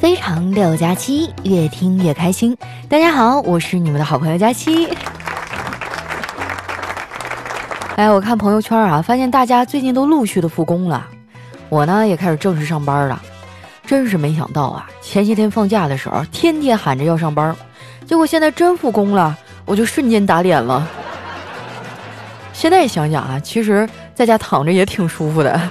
非常6+7，越听越开心。大家好，我是你们的好朋友佳期。我看朋友圈啊，发现大家最近都陆续的复工了，我呢也开始正式上班了。真是没想到啊，前些天放假的时候，天天喊着要上班，结果现在真复工了，我就瞬间打脸了。现在想想啊，其实在家躺着也挺舒服的。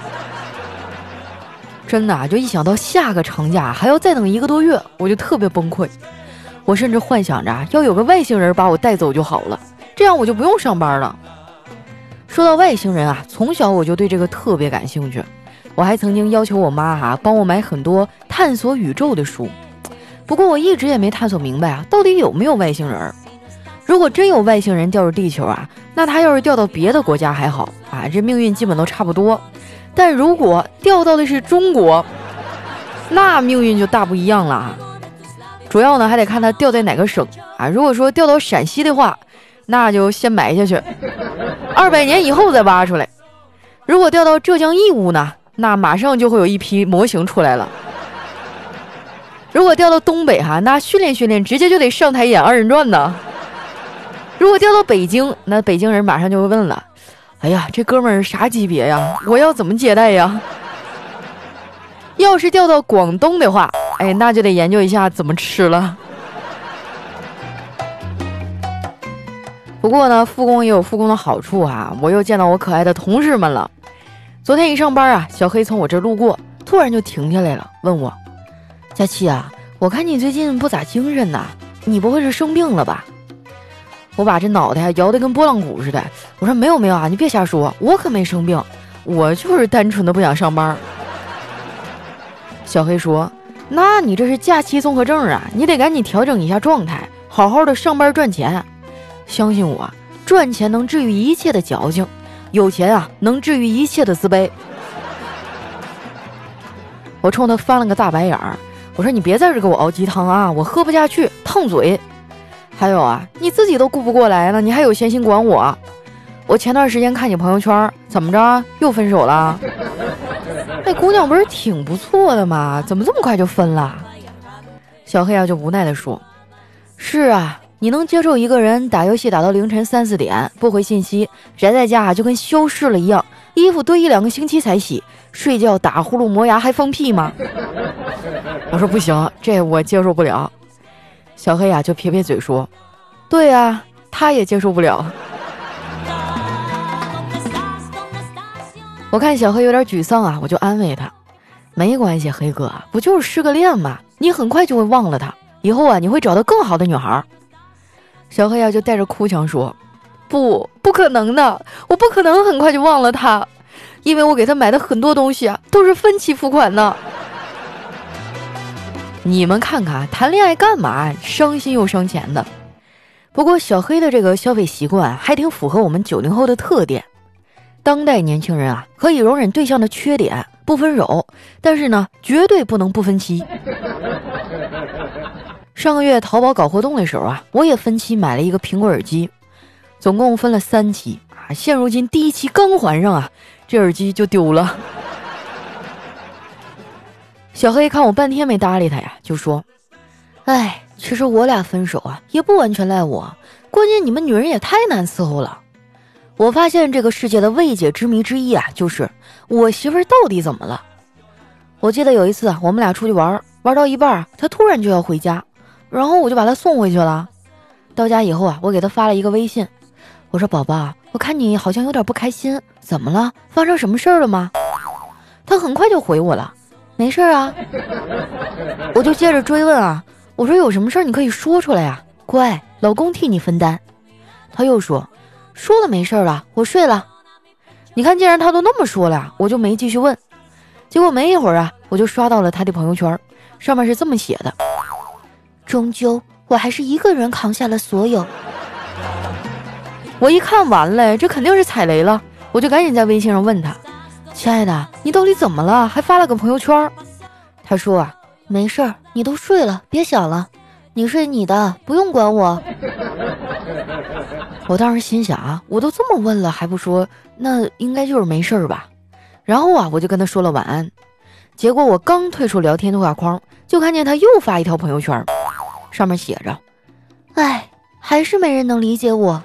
真的啊，就一想到下个长假还要再等1个多月，我就特别崩溃。我甚至幻想着要有个外星人把我带走就好了，这样我就不用上班了。说到外星人啊，从小我就对这个特别感兴趣，我还曾经要求我妈帮我买很多探索宇宙的书。不过我一直也没探索明白到底有没有外星人。如果真有外星人掉入地球那他要是掉到别的国家还好这命运基本都差不多。但如果掉到的是中国，那命运就大不一样了主要呢还得看他掉在哪个省如果说掉到陕西的话，那就先埋下去，200年以后再挖出来。如果掉到浙江义乌呢，那马上就会有一批模型出来了。如果掉到东北那训练直接就得上台演2人转呢。如果掉到北京，那北京人马上就会问了，哎呀，这哥们儿啥级别呀？我要怎么接待呀？要是调到广东的话，那就得研究一下怎么吃了。不过呢，复工也有复工的好处我又见到我可爱的同事们了。昨天一上班小黑从我这路过，突然就停下来了，问我：佳期我看你最近不咋精神呐，你不会是生病了吧？我把这脑袋摇得跟拨浪鼓似的，我说没有你别瞎说，我可没生病，我就是单纯的不想上班。小黑说：那你这是假期综合症你得赶紧调整一下状态，好好的上班赚钱。相信我，赚钱能治愈一切的矫情，有钱能治愈一切的自卑。我冲他翻了个大白眼儿，我说你别在这给我熬鸡汤我喝不下去，烫嘴。还有你自己都顾不过来了，你还有闲心管我？我前段时间看你朋友圈，怎么着又分手了？那姑娘不是挺不错的吗？怎么这么快就分了？小黑就无奈地说：是你能接受一个人打游戏打到凌晨3、4点不回信息，宅在家就跟消失了一样，衣服堆1、2个星期才洗，睡觉打呼噜磨牙还放屁吗？我说不行，这我接受不了。小黑就撇撇嘴说：对他也接受不了。我看小黑有点沮丧我就安慰他：没关系，黑哥，不就是失个恋吗？你很快就会忘了他，以后你会找到更好的女孩。小黑就带着哭腔说：不可能的，我不可能很快就忘了他，因为我给他买的很多东西都是分期付款的。你们看看谈恋爱干嘛伤心又伤钱的。不过小黑的这个消费习惯还挺符合我们90后的特点。当代年轻人可以容忍对象的缺点，不分手，但是呢绝对不能不分期。上个月淘宝搞活动的时候我也分期买了一个苹果耳机，总共分了3期现如今第1期刚还上这耳机就丢了。小黑看我半天没搭理他就说：其实我俩分手也不完全赖我，关键你们女人也太难伺候了。我发现这个世界的未解之谜之一就是我媳妇儿到底怎么了。我记得有一次我们俩出去玩到一半她突然就要回家，然后我就把她送回去了。到家以后我给她发了一个微信，我说：宝宝，我看你好像有点不开心，怎么了？发生什么事儿了吗？她很快就回我了：没事我就接着追问我说：有什么事儿你可以说出来乖，老公替你分担。他又说了没事了，我睡了。你看既然他都那么说了我就没继续问。结果没一会儿我就刷到了他的朋友圈，上面是这么写的：终究我还是一个人扛下了所有。我一看完了，这肯定是踩雷了，我就赶紧在微信上问他：亲爱的，你到底怎么了？还发了个朋友圈。他说没事儿，你都睡了，别想了，你睡你的，不用管我。我当时心想我都这么问了还不说，那应该就是没事吧。然后我就跟他说了晚安。结果我刚退出聊天对话框， 就看见他又发一条朋友圈，上面写着：哎，还是没人能理解我。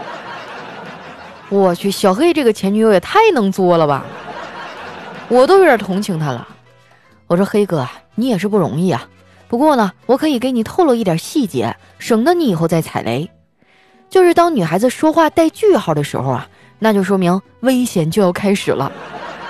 我去，小黑这个前女友也太能作了吧，我都有点同情他了。我说黑哥，你也是不容易啊，不过呢，我可以给你透露一点细节，省得你以后再踩雷。就是当女孩子说话带句号的时候啊，那就说明危险就要开始了。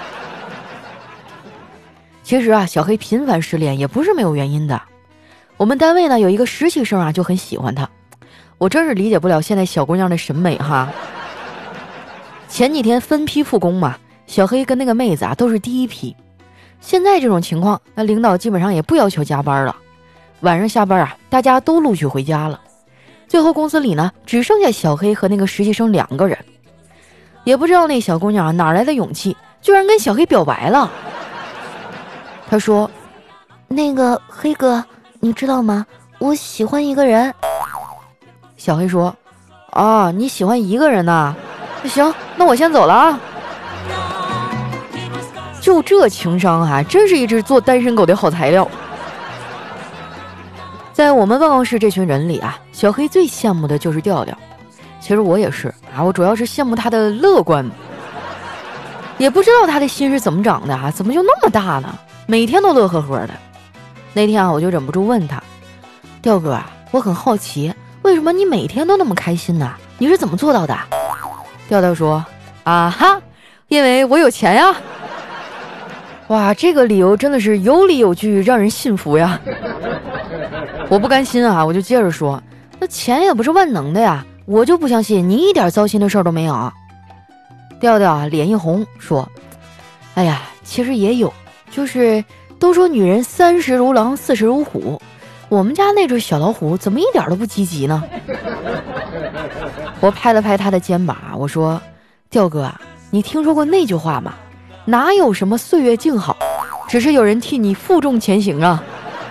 其实啊，小黑频繁失恋也不是没有原因的。我们单位呢有一个实习生啊，就很喜欢他，我真是理解不了现在小姑娘的审美哈。前几天分批复工嘛，小黑跟那个妹子啊都是第一批。现在这种情况，那领导基本上也不要求加班了。晚上下班啊，大家都陆续回家了。最后公司里呢，只剩下小黑和那个实习生2个人。也不知道那小姑娘哪来的勇气，居然跟小黑表白了。她说：那个黑哥，你知道吗？我喜欢一个人。小黑说：啊，你喜欢一个人呐？行，那我先走了啊。就这情商啊，真是一只做单身狗的好材料。在我们办公室这群人里啊，小黑最羡慕的就是调调。其实我也是啊，我主要是羡慕他的乐观。也不知道他的心是怎么长的啊，怎么就那么大呢？每天都乐呵呵的。那天啊，我就忍不住问他：调哥啊，我很好奇，为什么你每天都那么开心呢？你是怎么做到的？调调说：啊哈，因为我有钱呀。哇，这个理由真的是有理有据，让人信服呀。我不甘心啊，我就接着说：那钱也不是万能的呀，我就不相信你一点糟心的事儿都没有。调调啊，脸一红说：哎呀，其实也有，就是都说女人30如狼，40如虎，我们家那只小老虎怎么一点都不积极呢？我拍了拍他的肩膀，我说：调哥啊，你听说过那句话吗？哪有什么岁月静好，只是有人替你负重前行啊。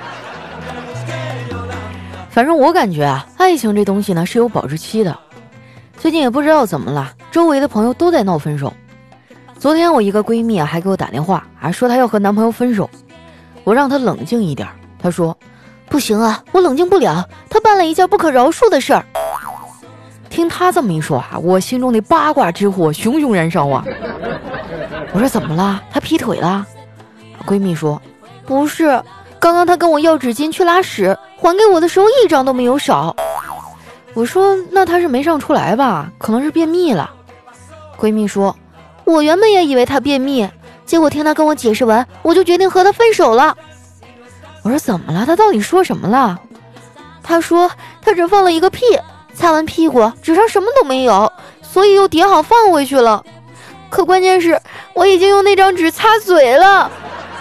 反正我感觉啊，爱情这东西呢是有保质期的。最近也不知道怎么了，周围的朋友都在闹分手。昨天我一个闺蜜啊还给我打电话啊，说她要和男朋友分手。我让她冷静一点，她说：不行啊，我冷静不了，他办了一件不可饶恕的事儿。听她这么一说啊，我心中的八卦之火熊熊燃烧啊。我说怎么了？他劈腿了？闺蜜说：不是，刚刚他跟我要纸巾去拉屎，还给我的时候1张都没有少。我说那他是没上出来吧，可能是便秘了。闺蜜说：我原本也以为他便秘，结果听他跟我解释完，我就决定和他分手了。我说怎么了？他到底说什么了？他说他只放了一个屁，擦完屁股纸上什么都没有，所以又叠好放回去了。可关键是我已经用那张纸擦嘴了。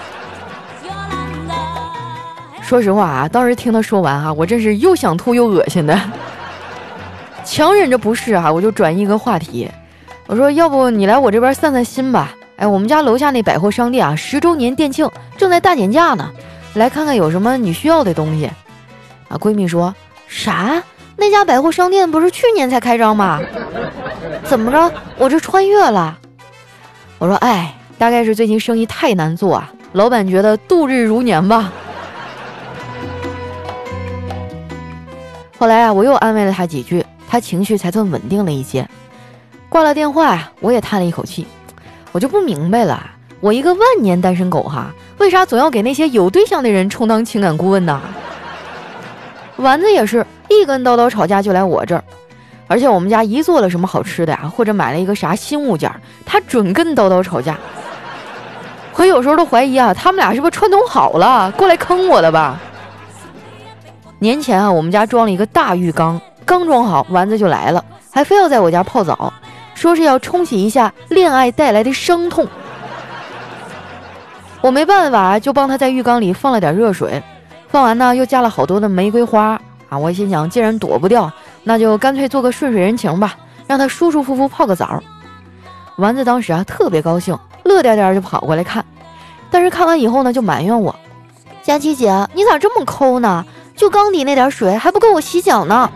说实话啊，当时听他说完啊，我真是又想吐又恶心的。强忍着不适啊，我就转移一个话题。我说要不你来我这边散散心吧。哎，我们家楼下那百货商店啊，10周年店庆正在大减价呢，来看看有什么你需要的东西。啊，闺蜜说：啥？那家百货商店不是去年才开张吗？怎么着？我这穿越了？我说哎，大概是最近生意太难做啊，老板觉得度日如年吧。后来啊，我又安慰了他几句，他情绪才算稳定了一些。挂了电话啊，我也叹了一口气，我就不明白了，我一个万年单身狗哈，为啥总要给那些有对象的人充当情感顾问呢？丸子也是一跟叨叨吵架就来我这儿，而且我们家一做了什么好吃的呀，或者买了一个啥新物件，他准跟叨叨吵架。我有时候都怀疑啊，他们俩是不是串通好了，过来坑我的吧？年前啊，我们家装了一个大浴缸，刚装好，丸子就来了，还非要在我家泡澡，说是要冲洗一下恋爱带来的伤痛。我没办法，就帮他在浴缸里放了点热水，放完呢又加了好多的玫瑰花啊。我心想，既然躲不掉，那就干脆做个顺水人情吧，让他舒舒服服泡个澡。丸子当时啊特别高兴，乐颠颠就跑过来看，但是看完以后呢，就埋怨我：佳琪姐，你咋这么抠呢？就缸底那点水还不够我洗脚呢。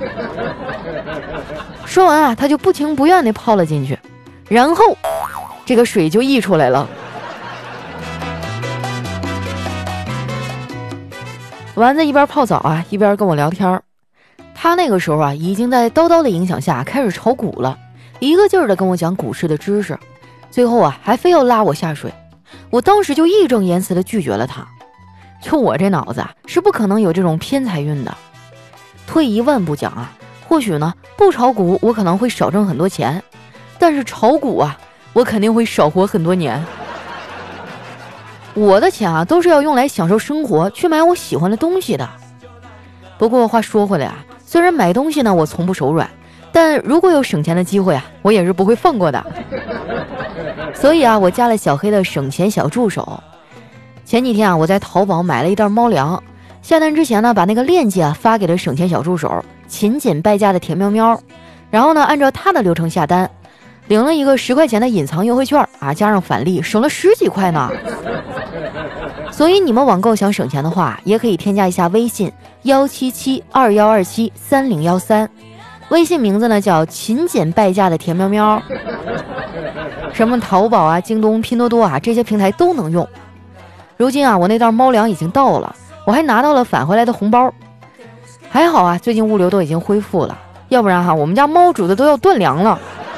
说完啊，他就不情不愿地泡了进去，然后这个水就溢出来了。 丸子一边泡澡啊，一边跟我聊天。他那个时候啊，已经在叨叨的影响下开始炒股了，一个劲儿的跟我讲股市的知识，最后啊还非要拉我下水。我当时就义正言辞的拒绝了他。就我这脑子啊，是不可能有这种偏财运的。退一万步讲啊，或许呢不炒股我可能会少挣很多钱，但是炒股啊，我肯定会少活很多年。我的钱啊，都是要用来享受生活，去买我喜欢的东西的。不过话说回来啊，虽然买东西呢我从不手软，但如果有省钱的机会啊，我也是不会放过的。所以啊，我加了小黑的省钱小助手。前几天啊，我在淘宝买了一袋猫粮，下单之前呢，把那个链接啊发给了省钱小助手，勤俭败家的甜喵喵。然后呢，按照他的流程下单，领了一个10块钱的隐藏优惠券啊，加上返利，省了10几块呢。所以你们网购想省钱的话，也可以添加一下微信17721273013，微信名字呢叫勤俭败家的甜喵喵。什么淘宝啊、京东、拼多多啊，这些平台都能用。如今啊，我那袋猫粮已经到了，我还拿到了返回来的红包。还好啊，最近物流都已经恢复了，要不然我们家猫主子都要断粮了。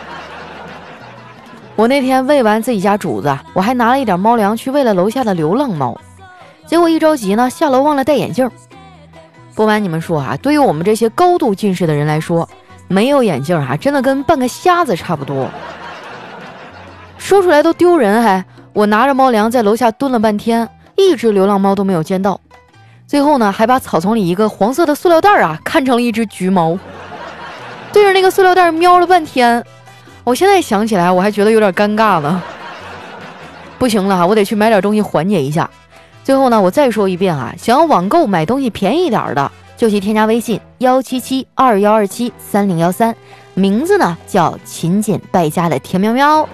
我那天喂完自己家主子，我还拿了一点猫粮去喂了楼下的流浪猫，结果一着急呢，下楼忘了戴眼镜。不瞒你们说啊，对于我们这些高度近视的人来说，没有眼镜真的跟半个瞎子差不多。说出来都丢人。我拿着猫粮在楼下蹲了半天，一只流浪猫都没有见到。最后呢，还把草丛里一个黄色的塑料袋看成了一只橘猫，对着那个塑料袋瞄了半天。我现在想起来我还觉得有点尴尬呢。不行了我得去买点东西缓解一下。最后呢，我再说一遍想要网购买东西便宜一点的，就去添加微信17721273013，名字呢叫勤俭败家的甜喵喵。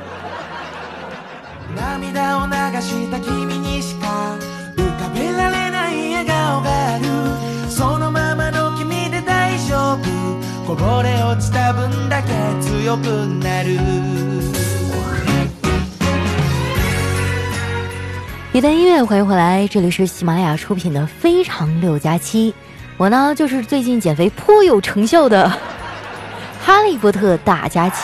一段音乐，欢迎回来，这里是喜马拉雅出品的非常6+7，我呢就是最近减肥颇有成效的哈利波特大假期。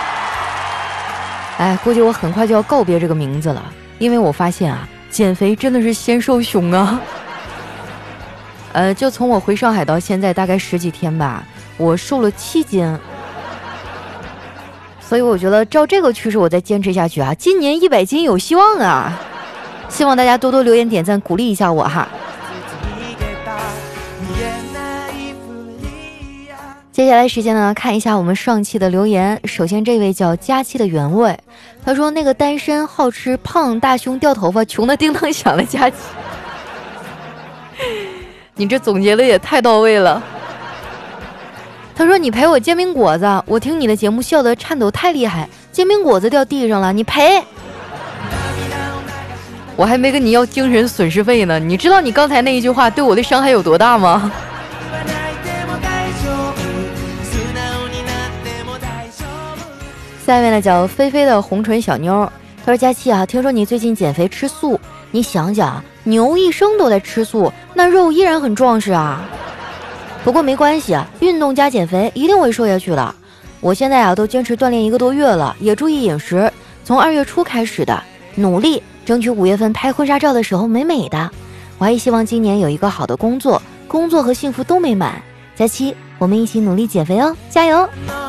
估计我很快就要告别这个名字了，因为我发现减肥真的是先瘦熊啊。就从我回上海到现在大概10几天吧，我瘦了7斤，所以我觉得照这个趋势我再坚持下去今年100斤有希望啊！希望大家多多留言点赞鼓励一下我接下来时间呢，看一下我们上期的留言。首先这位叫佳期的原味，他说那个单身好吃胖大胸掉头发穷的叮当响的佳期。你这总结的也太到位了。他说你赔我煎饼果子，我听你的节目笑得颤抖太厉害，煎饼果子掉地上了你赔。我还没跟你要精神损失费呢，你知道你刚才那一句话对我的伤害有多大吗？下面呢叫菲菲的红唇小妞，他说佳期听说你最近减肥吃素，你想想牛一生都在吃素，那肉依然很壮实不过没关系运动加减肥一定会瘦下去的。我现在都坚持锻炼1个多月了，也注意饮食，从2月初开始的，努力争取5月份拍婚纱照的时候美美的。我还希望今年有一个好的工作和幸福都美满。佳期，我们一起努力减肥哦，加油！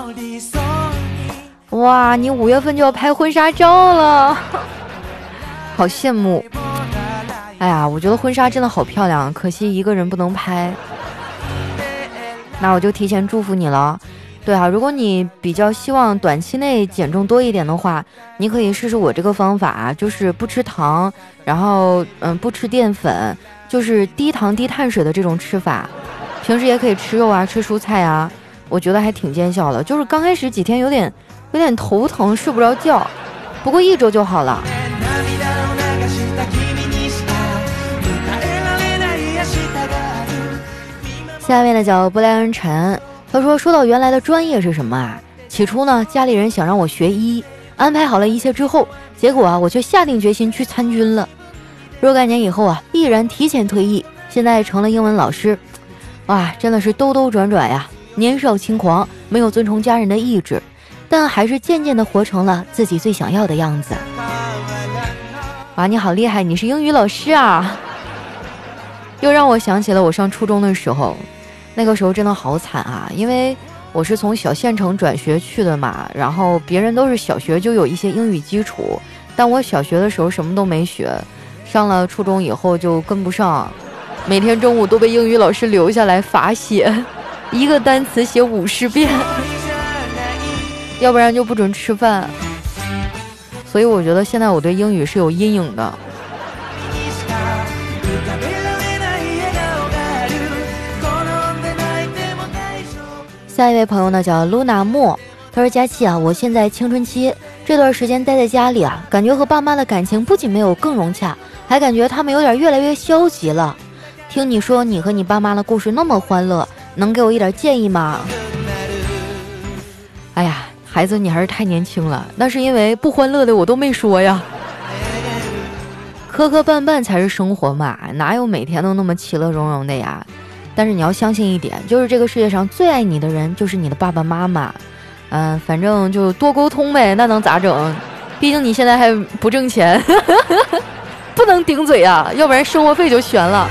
哇，你5月份就要拍婚纱照了，好羡慕。我觉得婚纱真的好漂亮，可惜一个人不能拍。那我就提前祝福你了。对如果你比较希望短期内减重多一点的话，你可以试试我这个方法，就是不吃糖，然后不吃淀粉，就是低糖低碳水的这种吃法。平时也可以吃肉吃蔬菜我觉得还挺见效的。就是刚开始几天有点头疼，睡不着觉，不过1周就好了。下面的叫布莱恩陈，他说到原来的专业是什么起初呢，家里人想让我学医，安排好了一切之后，结果我却下定决心去参军了。若干年以后毅然提前退役， 现在成了英文老师。哇，真的是兜兜转转呀，年少轻狂，没有遵从家人的意志，但还是渐渐地活成了自己最想要的样子。哇，你好厉害，你是英语老师啊！又让我想起了我上初中的时候，那个时候真的好惨啊，因为我是从小县城转学去的嘛，然后别人都是小学就有一些英语基础，但我小学的时候什么都没学，上了初中以后就跟不上，每天中午都被英语老师留下来罚写，一个单词写50遍，要不然就不准吃饭。所以我觉得现在我对英语是有阴影的。下一位朋友呢叫露娜莫，他说佳琪啊，我现在青春期，这段时间待在家里啊，感觉和爸妈的感情不仅没有更融洽，还感觉他们有点越来越消极了。听你说你和你爸妈的故事那么欢乐，能给我一点建议吗？哎呀，孩子你还是太年轻了，那是因为不欢乐的我都没说呀。磕磕绊绊才是生活嘛，哪有每天都那么其乐融融的呀？但是你要相信一点，就是这个世界上最爱你的人就是你的爸爸妈妈。反正就多沟通呗，那能咋整？毕竟你现在还不挣钱，不能顶嘴啊，要不然生活费就悬了。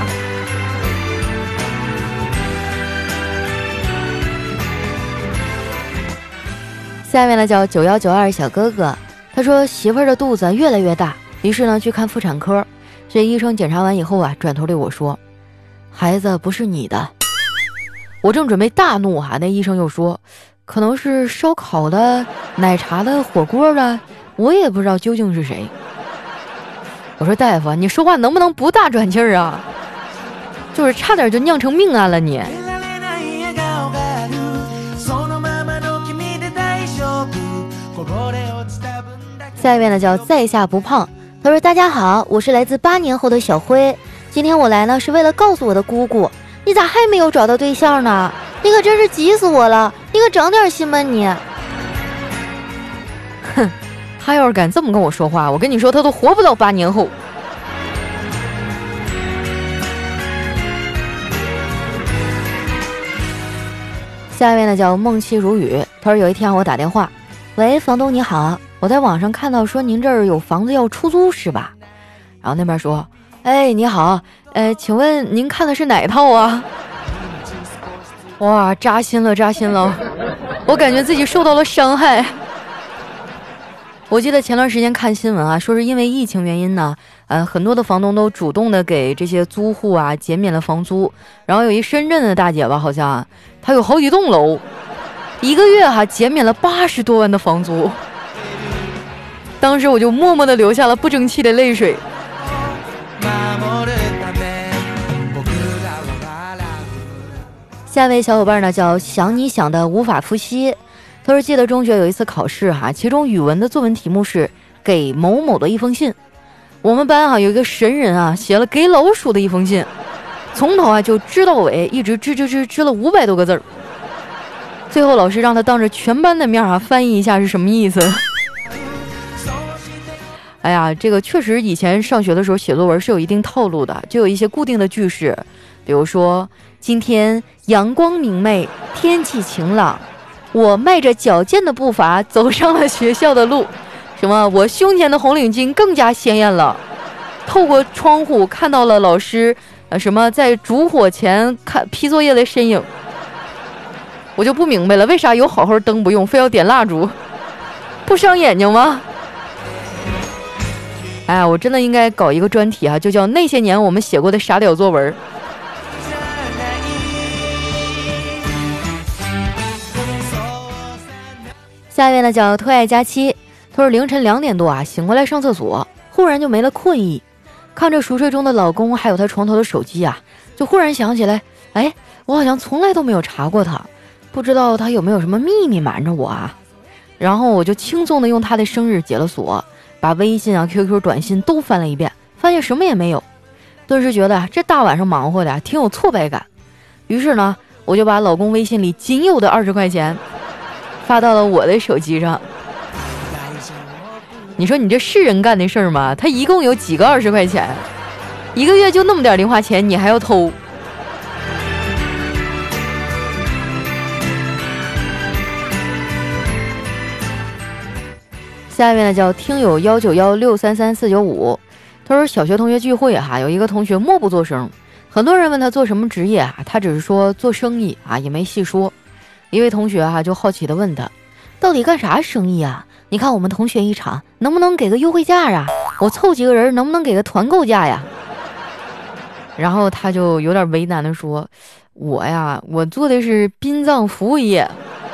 下面呢叫9192小哥哥，他说媳妇儿的肚子越来越大，于是呢去看妇产科，这医生检查完以后啊，转头对我说，孩子不是你的。我正准备大怒哈，那医生又说，可能是烧烤的、奶茶的、火锅的，我也不知道究竟是谁。我说大夫，你说话能不能不大转气儿啊？就是差点就酿成命案了你。下一位呢叫在下不胖，他说大家好，我是来自8年后的小辉，今天我来呢是为了告诉我的姑姑，你咋还没有找到对象呢？你可真是急死我了，你可长点心吧你。哼，他要是敢这么跟我说话，我跟你说他都活不到8年后。下一位呢叫梦妻如雨，他说有一天我打电话，喂，房东你好，我在网上看到说您这儿有房子要出租是吧？然后那边说，哎你好，请问您看的是哪套啊？哇，扎心了扎心了，我感觉自己受到了伤害。我记得前段时间看新闻啊，说是因为疫情原因呢，很多的房东都主动的给这些租户啊减免了房租，然后有一深圳的大姐吧，好像她有好几栋楼，一个月减免了80多万的房租。当时我就默默的流下了不争气的泪水。下位小伙伴呢叫想你想的无法复习，他说记得中学有一次考试其中语文的作文题目是给某某的一封信，我们班有一个神人写了给老鼠的一封信，从头就支到尾，一直支了500多个字儿，最后老师让他当着全班的面翻译一下是什么意思。哎呀，这个确实以前上学的时候写作文是有一定套路的，就有一些固定的句式，比如说今天阳光明媚，天气晴朗，我迈着矫健的步伐走上了学校的路，什么我胸前的红领巾更加鲜艳了，透过窗户看到了老师什么在烛火前批作业的身影。我就不明白了，为啥有好好灯不用，非要点蜡烛？不伤眼睛吗？哎呀，我真的应该搞一个专题就叫那些年我们写过的傻屌作文。下一位呢叫特爱佳期，他说凌晨2点多醒过来上厕所，忽然就没了困意，看着熟睡中的老公还有他床头的手机就忽然想起来，哎，我好像从来都没有查过他，不知道他有没有什么秘密瞒着我然后我就轻松的用他的生日解了锁，把微信QQ 短信都翻了一遍，发现什么也没有，顿时觉得这大晚上忙活的挺有挫败感。于是呢，我就把老公微信里仅有的20块钱发到了我的手机上。你说你这是人干的事儿吗？他一共有几个20块钱？ 1个月就那么点零花钱，你还要偷？下一位呢叫听友191633495，他说小学同学聚会哈，有一个同学默不作声，很多人问他做什么职业啊，他只是说做生意啊，也没细说。一位同学就好奇的问他，到底干啥生意啊？你看我们同学一场，能不能给个优惠价啊？我凑几个人，能不能给个团购价呀？然后他就有点为难的说，我做的是殡葬服务业。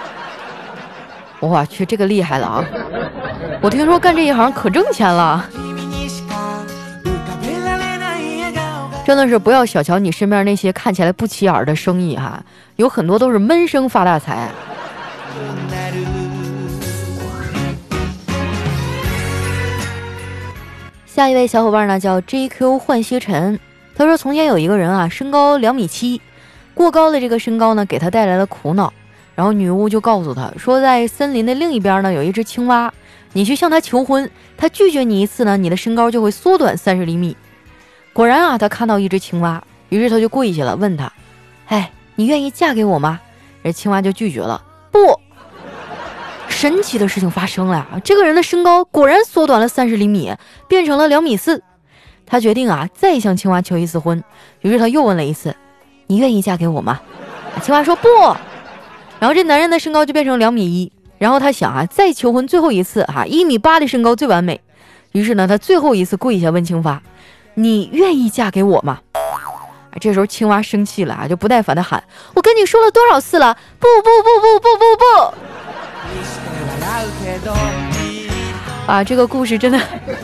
我去，这个厉害了啊！我听说干这一行可挣钱了。真的是不要小瞧你身边那些看起来不起眼的生意哈，有很多都是闷声发大财。下一位小伙伴呢叫 JQ 幻西尘，他说从前有一个人身高2.7米，过高的这个身高呢给他带来了苦恼，然后女巫就告诉他说，在森林的另一边呢有一只青蛙，你去向他求婚，他拒绝你一次呢，你的身高就会缩短30厘米。果然他看到一只青蛙，于是他就跪下了，问他，你愿意嫁给我吗？这青蛙就拒绝了，不。神奇的事情发生了，这个人的身高果然缩短了30厘米，变成了2.4米。他决定再向青蛙求一次婚，于是他又问了一次，你愿意嫁给我吗？青蛙说不。然后这男人的身高就变成2.1米，然后他想再求婚最后一次1.8米的身高最完美。于是呢，他最后一次跪下问青蛙，你愿意嫁给我吗？这时候青蛙生气了就不耐烦的喊，我跟你说了多少次了，不不不不不不不。这个故事真的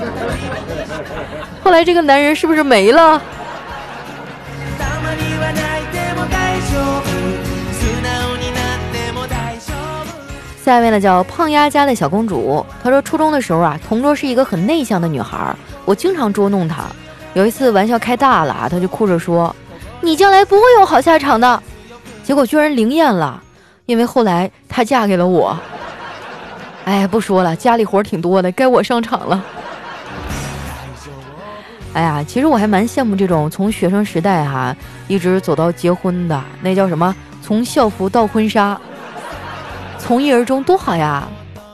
后来这个男人是不是没了？下一位呢叫胖丫家的小公主，她说初中的时候同桌是一个很内向的女孩，我经常捉弄她。有一次玩笑开大了，她就哭着说，你将来不会有好下场的。结果居然灵验了，因为后来她嫁给了我。不说了，家里活挺多的，该我上场了。其实我还蛮羡慕这种从学生时代一直走到结婚的，那叫什么，从校服到婚纱，从一而终，多好呀。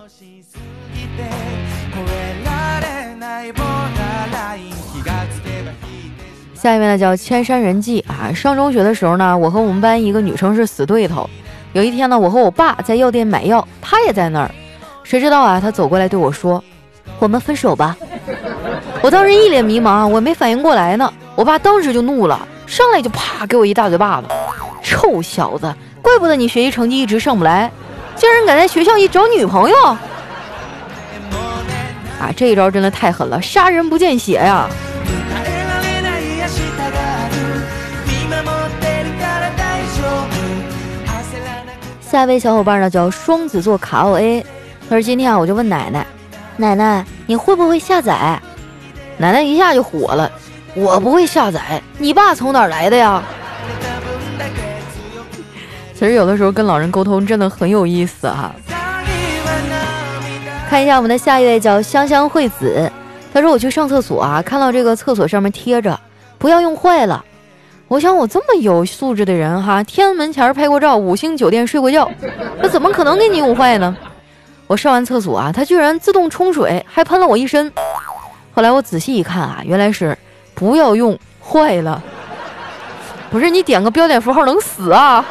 下一位呢叫千山人迹上中学的时候呢，我和我们班一个女生是死对头。有一天呢，我和我爸在药店买药，她也在那儿。谁知道她走过来对我说，我们分手吧。我当时一脸迷茫，我没反应过来呢。我爸当时就怒了，上来就啪给我一大嘴巴子，臭小子，怪不得你学习成绩一直上不来，竟然敢在学校里找女朋友。这一招真的太狠了，杀人不见血呀。下一位小伙伴呢叫双子座卡奥 A， 他说今天我就问奶奶，奶奶你会不会下载？奶奶一下就火了，我不会下载，你爸从哪儿来的呀？其实有的时候跟老人沟通真的很有意思看一下我们的下一位叫香香惠子，他说我去上厕所看到这个厕所上面贴着不要用坏了。我想我这么有素质的人天安门前拍过照，5星酒店睡过觉，那怎么可能给你用坏呢？我上完厕所它居然自动冲水，还喷了我一身。后来我仔细一看原来是不要用坏了。不是你点个标点符号能死啊？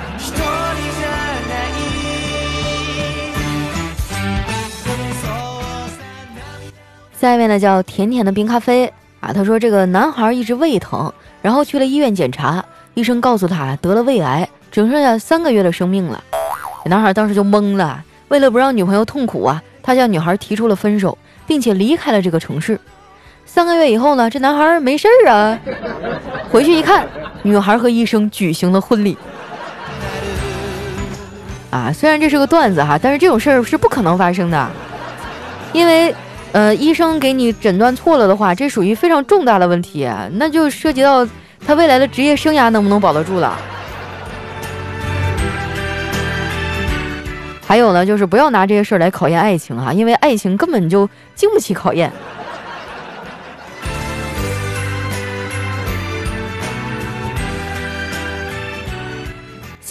下一位呢叫甜甜的冰咖啡他说这个男孩一直胃疼，然后去了医院检查，医生告诉他得了胃癌，只剩下3个月的生命了。男孩当时就懵了，为了不让女朋友痛苦他向女孩提出了分手，并且离开了这个城市。3个月以后呢，这男孩没事回去一看，女孩和医生举行了婚礼。虽然这是个段子但是这种事儿是不可能发生的，因为医生给你诊断错了的话，这属于非常重大的问题那就涉及到他未来的职业生涯能不能保得住了。还有呢，就是不要拿这些事儿来考验爱情因为爱情根本就经不起考验。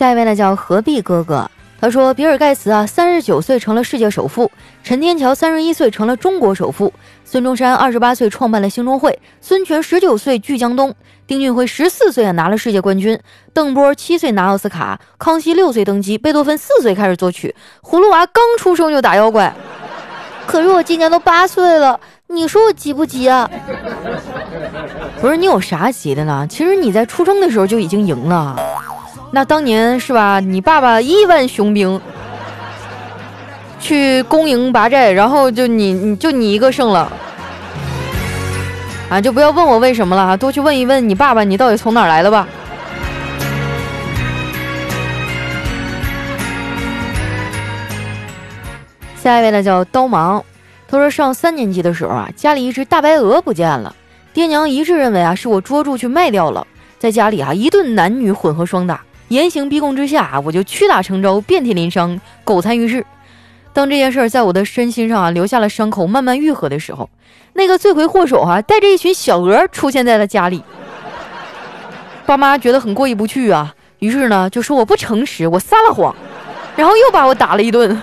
下一位呢叫何必哥哥，他说比尔盖茨啊39岁成了世界首富，陈天桥31岁成了中国首富，孙中山28岁创办了兴中会，孙权19岁据江东，丁俊晖14岁拿了世界冠军，邓波7岁拿奥斯卡，康熙6岁登基，贝多芬4岁开始作曲，葫芦娃刚出生就打妖怪。可是我今年都8岁了，你说我急不急啊？不是，你有啥急的呢？其实你在出生的时候就已经赢了。那当年是吧，你爸爸1万雄兵去攻营拔寨，然后就你一个胜了啊！就不要问我为什么了，多去问一问你爸爸，你到底从哪儿来的吧。下一位呢叫刀芒，他说上3年级的时候啊，家里一只大白鹅不见了，爹娘一致认为啊是我捉住去卖掉了，在家里啊一顿男女混合双打，严刑逼供之下，我就屈打成招，遍体鳞伤，苟残于世。当这件事在我的身心上啊留下了伤口，慢慢愈合的时候，那个罪魁祸首啊带着一群小鹅出现在了家里。爸妈觉得很过意不去啊，于是呢就说我不诚实，我撒了谎，然后又把我打了一顿。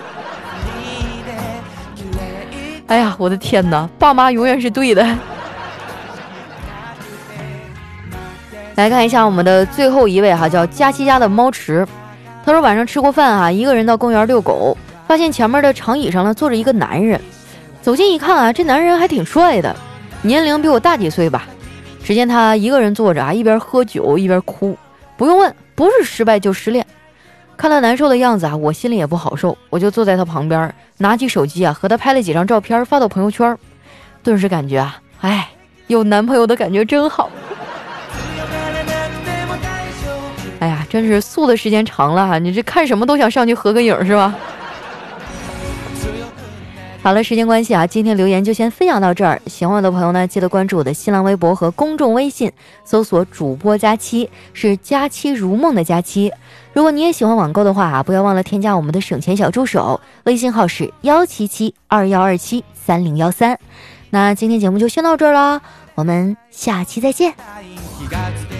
哎呀，我的天哪，爸妈永远是对的。来看一下我们的最后一位哈，叫佳期家的猫池。他说晚上吃过饭啊，一个人到公园遛狗，发现前面的长椅上呢坐着一个男人。走近一看啊，这男人还挺帅的，年龄比我大几岁吧。只见他一个人坐着啊，一边喝酒一边哭。不用问，不是失败就失恋。看他难受的样子啊，我心里也不好受，我就坐在他旁边，拿起手机啊，和他拍了几张照片发到朋友圈。顿时感觉啊，哎，有男朋友的感觉真好。哎呀，真是素的时间长了哈，你这看什么都想上去合个影是吧？好了，时间关系啊，今天留言就先分享到这儿。喜欢我的朋友呢，记得关注我的新浪微博和公众微信，搜索主播佳期，是佳期如梦的佳期。如果你也喜欢网购的话啊，不要忘了添加我们的省钱小助手，微信号是17721273013。那今天节目就先到这儿啦，我们下期再见。